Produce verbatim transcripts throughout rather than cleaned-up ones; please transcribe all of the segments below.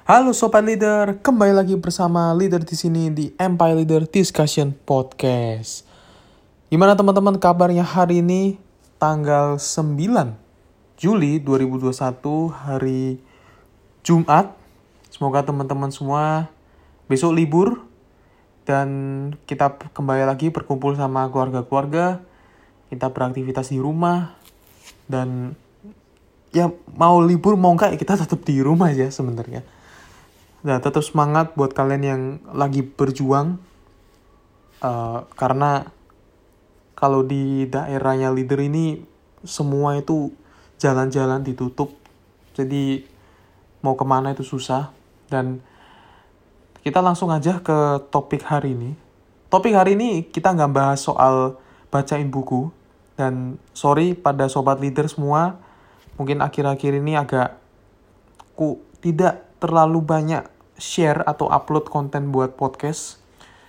Halo Sobat Leader, kembali lagi bersama Leader di sini di Empire Leader Discussion Podcast. Gimana teman-teman kabarnya hari ini? Tanggal sembilan Juli dua ribu dua puluh satu, hari Jumat. Semoga teman-teman semua besok libur dan kita kembali lagi berkumpul sama keluarga-keluarga. Kita beraktivitas di rumah dan ya mau libur mau enggak kita tetap di rumah aja sebenarnya. Nah, tetap semangat buat kalian yang lagi berjuang. Uh, karena kalau di daerahnya Leader ini semua itu jalan-jalan ditutup. Jadi mau kemana itu susah. Dan kita langsung aja ke topik hari ini. Topik hari ini kita nggak bahas soal bacain buku. Dan sorry pada Sobat Leader semua, mungkin akhir-akhir ini agak ku tidak terlalu banyak share atau upload konten buat podcast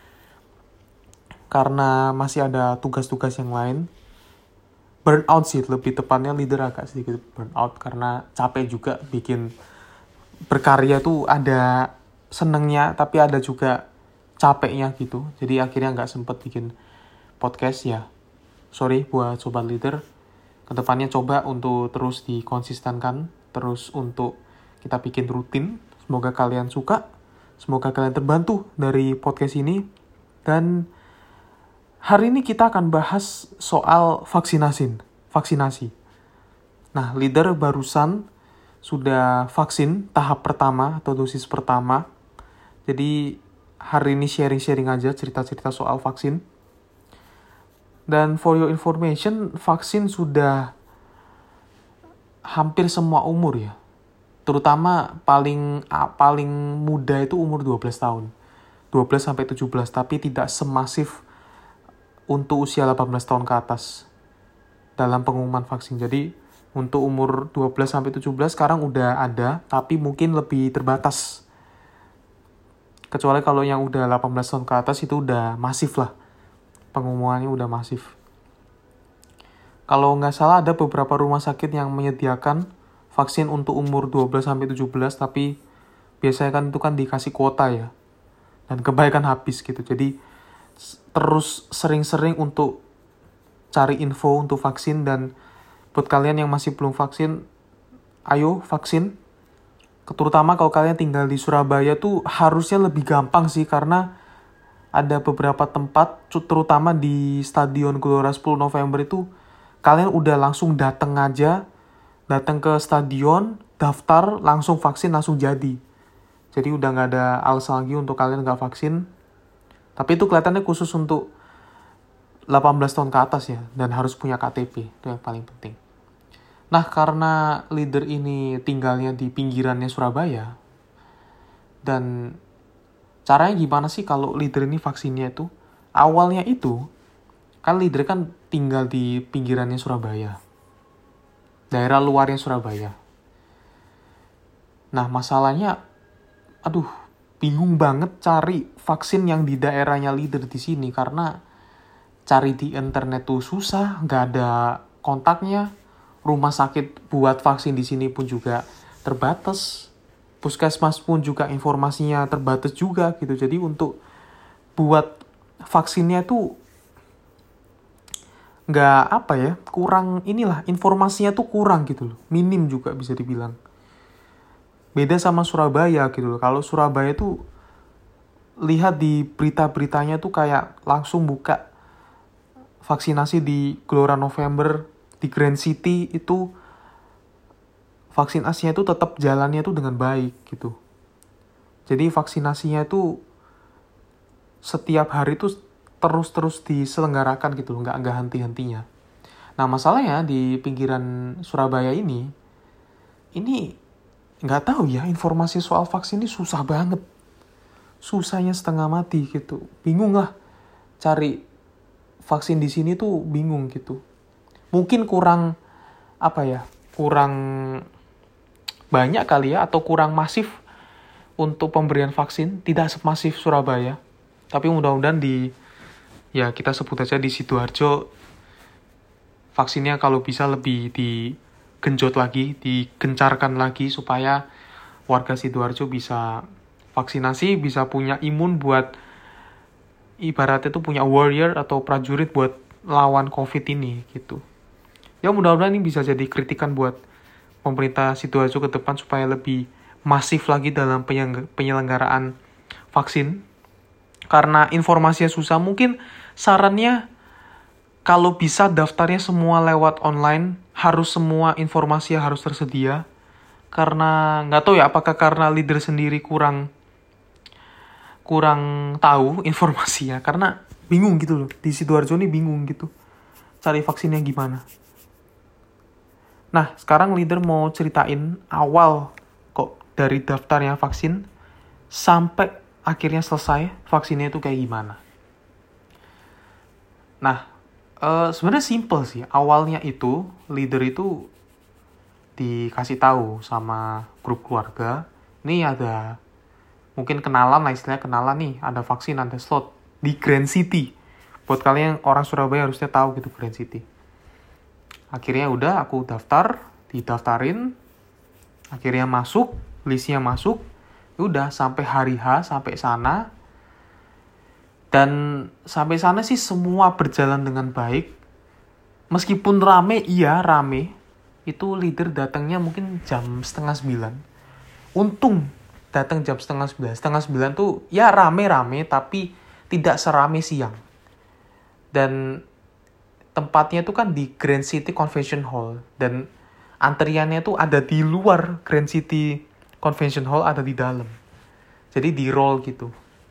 karena masih ada tugas-tugas yang lain. Burnout sih lebih tepatnya, Leader agak sedikit burnout karena capek juga bikin berkarya tuh, ada senengnya tapi ada juga capeknya gitu. Jadi akhirnya nggak sempet bikin podcast ya. Sorry buat Sobat Leader. Kedepannya coba untuk terus dikonsistenkan, terus untuk kita bikin rutin. Semoga kalian suka, semoga kalian terbantu dari podcast ini. Dan hari ini kita akan bahas soal vaksinasi. Vaksinasi. Nah, Leader barusan sudah vaksin tahap pertama atau dosis pertama. Jadi hari ini sharing-sharing aja cerita-cerita soal vaksin. Dan for your information, vaksin sudah hampir semua umur ya. Terutama paling paling muda itu umur dua belas tahun. dua belas sampai tujuh belas, tapi tidak semasif untuk usia delapan belas tahun ke atas dalam pengumuman vaksin. Jadi untuk umur dua belas sampai tujuh belas sekarang udah ada, tapi mungkin lebih terbatas. Kecuali kalau yang udah delapan belas tahun ke atas itu udah masif lah. Pengumumannya udah masif. Kalau nggak salah ada beberapa rumah sakit yang menyediakan vaksin untuk umur dua belas sampai tujuh belas, tapi biasanya kan itu kan dikasih kuota ya. Dan kebanyakan habis gitu. Jadi terus sering-sering untuk cari info untuk vaksin. Dan buat kalian yang masih belum vaksin, ayo vaksin. Terutama kalau kalian tinggal di Surabaya tuh harusnya lebih gampang sih, karena ada beberapa tempat, terutama di Stadion Gelora sepuluh November itu, kalian udah langsung datang aja, datang ke stadion, daftar, langsung vaksin, langsung jadi. Jadi udah gak ada alasan lagi untuk kalian gak vaksin. Tapi itu kelihatannya khusus untuk delapan belas tahun ke atas ya, dan harus punya K T P, itu yang paling penting. Nah, karena Leader ini tinggalnya di pinggirannya Surabaya, dan caranya gimana sih kalau Leader ini vaksinnya itu? Awalnya itu, kan Leader kan tinggal di pinggirannya Surabaya. Daerah luarnya Surabaya. Nah, masalahnya, aduh, bingung banget cari vaksin yang di daerahnya Leader di sini. Karena cari di internet tuh susah, nggak ada kontaknya. Rumah sakit buat vaksin di sini pun juga terbatas. Puskesmas pun juga informasinya terbatas juga gitu. Jadi untuk buat vaksinnya tuh nggak apa ya, kurang inilah, informasinya tuh kurang gitu loh. Minim juga bisa dibilang. Beda sama Surabaya gitu loh. Kalau Surabaya tuh lihat di berita-beritanya tuh kayak langsung buka vaksinasi di Gelora November, di Grand City itu vaksinasinya itu tetap jalannya tuh dengan baik gitu. Jadi vaksinasinya itu setiap hari tuh terus-terus diselenggarakan gitu loh, nggak nggak henti-hentinya. Nah, masalahnya di pinggiran Surabaya ini, ini nggak tahu ya, informasi soal vaksin ini susah banget. Susahnya setengah mati gitu. Bingung lah cari vaksin di sini tuh, bingung gitu. Mungkin kurang, apa ya, kurang banyak kali ya, atau kurang masif untuk pemberian vaksin, tidak semasif Surabaya. Tapi mudah-mudahan di, ya kita sebut aja di Sidoarjo, vaksinnya kalau bisa lebih digenjot lagi, digencarkan lagi supaya warga Sidoarjo bisa vaksinasi, bisa punya imun buat ibaratnya tuh punya warrior atau prajurit buat lawan COVID ini gitu. Ya mudah-mudahan ini bisa jadi kritikan buat pemerintah Sidoarjo ke depan supaya lebih masif lagi dalam penyelenggaraan vaksin. Karena informasinya susah, mungkin sarannya kalau bisa daftarnya semua lewat online, harus semua informasinya harus tersedia. Karena nggak tahu ya apakah karena leader sendiri kurang kurang tahu informasinya, karena bingung gitu loh. Di Sidoarjo ini bingung gitu cari vaksinnya gimana. Nah, sekarang leader mau ceritain awal kok dari daftarnya vaksin sampai akhirnya selesai vaksinnya itu kayak gimana. Nah, e, sebenarnya simple sih. Awalnya itu leader itu dikasih tahu sama grup keluarga, ini ada mungkin kenalan lah, istilahnya kenalan nih, ada vaksin, ada slot di Grand City. Buat kalian yang orang Surabaya harusnya tahu gitu Grand City. Akhirnya udah aku daftar, didaftarin, akhirnya masuk, listnya masuk, udah sampai hari H, sampai sana. Dan sampai sana sih semua berjalan dengan baik. Meskipun rame, iya rame. Itu leader datangnya mungkin jam setengah sembilan. Untung datang jam setengah sembilan. Setengah sembilan tuh ya rame-rame tapi tidak serame siang. Dan tempatnya tuh kan di Grand City Convention Hall. Dan antriannya tuh ada di luar Grand City Convention Hall, ada di dalam. Jadi di roll gitu.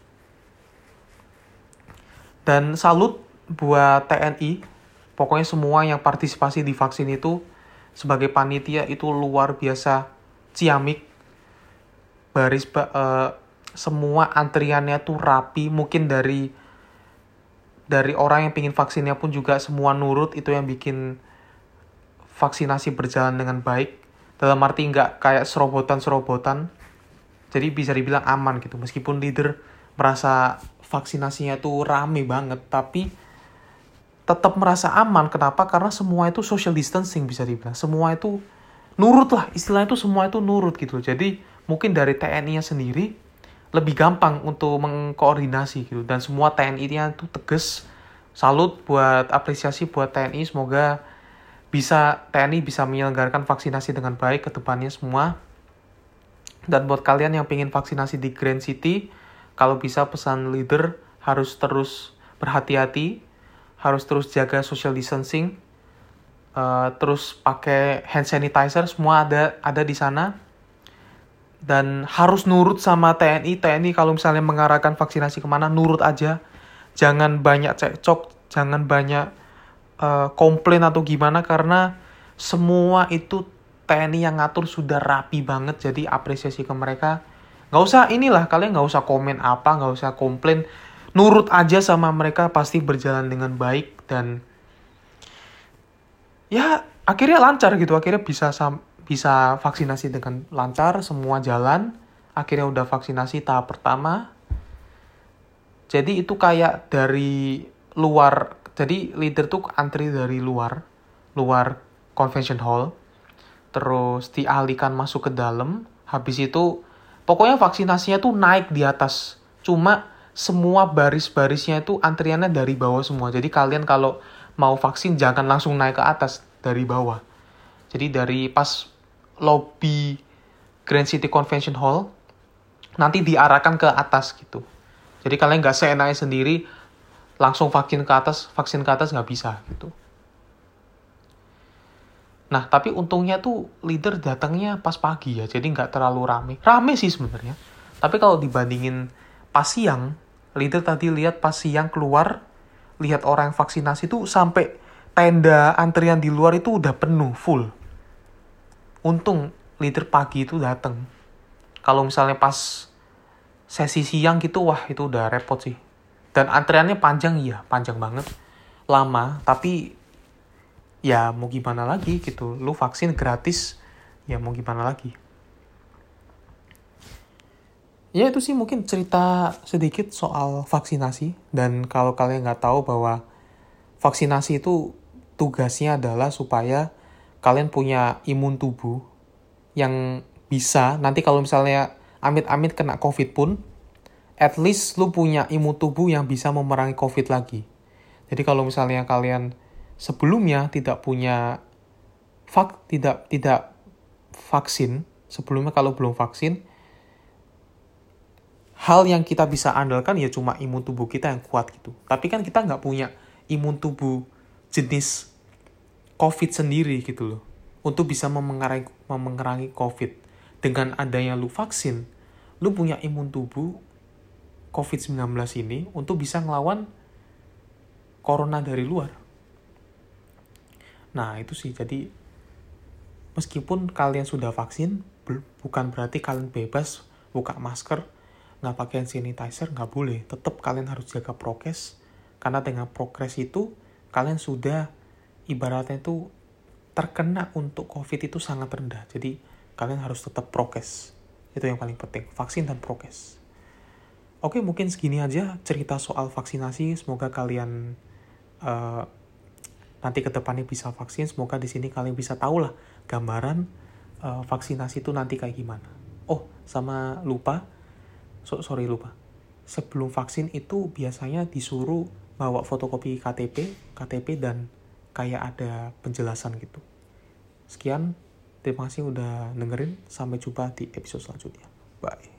Dan salut buat T N I. Pokoknya semua yang partisipasi di vaksin itu sebagai panitia itu luar biasa ciamik. Baris uh, semua antriannya tuh rapi, mungkin dari dari orang yang pingin vaksinnya pun juga semua nurut, itu yang bikin vaksinasi berjalan dengan baik. Dalam arti nggak kayak serobotan-serobotan, jadi bisa dibilang aman gitu. Meskipun leader merasa vaksinasinya tuh rame banget, tapi tetap merasa aman. Kenapa? Karena semua itu social distancing, bisa dibilang. Semua itu nurut lah, istilahnya itu semua itu nurut gitu. Jadi mungkin dari T N I-nya sendiri lebih gampang untuk mengkoordinasi gitu. Dan semua T N I-nya itu tegas. Salut buat apresiasi buat T N I. Semoga bisa T N I bisa menyelenggarakan vaksinasi dengan baik ke depannya semua. Dan buat kalian yang pengen vaksinasi di Grand City, kalau bisa pesan leader harus terus berhati-hati, harus terus jaga social distancing, uh, terus pakai hand sanitizer, semua ada ada di sana. Dan harus nurut sama T N I. T N I kalau misalnya mengarahkan vaksinasi kemana, nurut aja. Jangan banyak cekcok, jangan banyak uh, komplain atau gimana, karena semua itu T N I yang ngatur sudah rapi banget. Jadi apresiasi ke mereka. Gak usah inilah, kalian gak usah komen apa, gak usah komplain. Nurut aja sama mereka, pasti berjalan dengan baik. Dan ya akhirnya lancar gitu, akhirnya bisa sam- bisa vaksinasi dengan lancar, semua jalan. Akhirnya udah vaksinasi tahap pertama. Jadi itu kayak dari luar, jadi leader tuh antri dari luar, luar convention hall, terus dialihkan masuk ke dalam. Habis itu pokoknya vaksinasinya tuh naik di atas. Cuma semua baris-barisnya itu antriannya dari bawah semua. Jadi kalian kalau mau vaksin jangan langsung naik ke atas, dari bawah. Jadi dari pas lobby Grand City Convention Hall nanti diarahkan ke atas gitu. Jadi kalian nggak seenaknya sendiri langsung vaksin ke atas, vaksin ke atas nggak bisa gitu. Nah tapi untungnya tuh leader datangnya pas pagi ya, jadi nggak terlalu rame. Rame sih sebenarnya. Tapi kalau dibandingin pas siang, leader tadi lihat pas siang keluar, lihat orang yang vaksinasi tuh sampai tenda antrian di luar itu udah penuh, full. Untung leader pagi itu datang. Kalau misalnya pas sesi siang gitu, wah itu udah repot sih. Dan antriannya panjang, iya panjang banget. Lama, tapi ya mau gimana lagi gitu. Lu vaksin gratis, ya mau gimana lagi. Ya itu sih mungkin cerita sedikit soal vaksinasi. Dan kalau kalian nggak tahu bahwa vaksinasi itu tugasnya adalah supaya kalian punya imun tubuh yang bisa nanti kalau misalnya amit-amit kena COVID pun, at least lu punya imun tubuh yang bisa memerangi COVID lagi. Jadi kalau misalnya kalian sebelumnya tidak punya vak tidak tidak vaksin, sebelumnya kalau belum vaksin, hal yang kita bisa andalkan ya cuma imun tubuh kita yang kuat gitu. Tapi kan kita nggak punya imun tubuh jenis COVID sendiri gitu loh, untuk bisa memengarangi, memengarangi COVID. Dengan adanya lu vaksin, lu punya imun tubuh covid sembilan belas ini untuk bisa ngelawan corona dari luar. Nah itu sih, jadi meskipun kalian sudah vaksin, bukan berarti kalian bebas buka masker, nggak pakai hand sanitizer, nggak boleh. Tetap kalian harus jaga prokes, karena dengan prokes itu kalian sudah ibaratnya itu terkena untuk COVID itu sangat rendah. Jadi kalian harus tetap prokes. Itu yang paling penting, vaksin dan prokes. Oke, mungkin segini aja cerita soal vaksinasi. Semoga kalian uh, nanti ke depannya bisa vaksin. Semoga di sini kalian bisa tahu lah gambaran uh, vaksinasi itu nanti kayak gimana. Oh, sama lupa. So, sorry lupa. Sebelum vaksin itu biasanya disuruh bawa fotokopi K T P, K T P dan kayak ada penjelasan gitu. Sekian, terima kasih udah dengerin. Sampai jumpa di episode selanjutnya. Bye.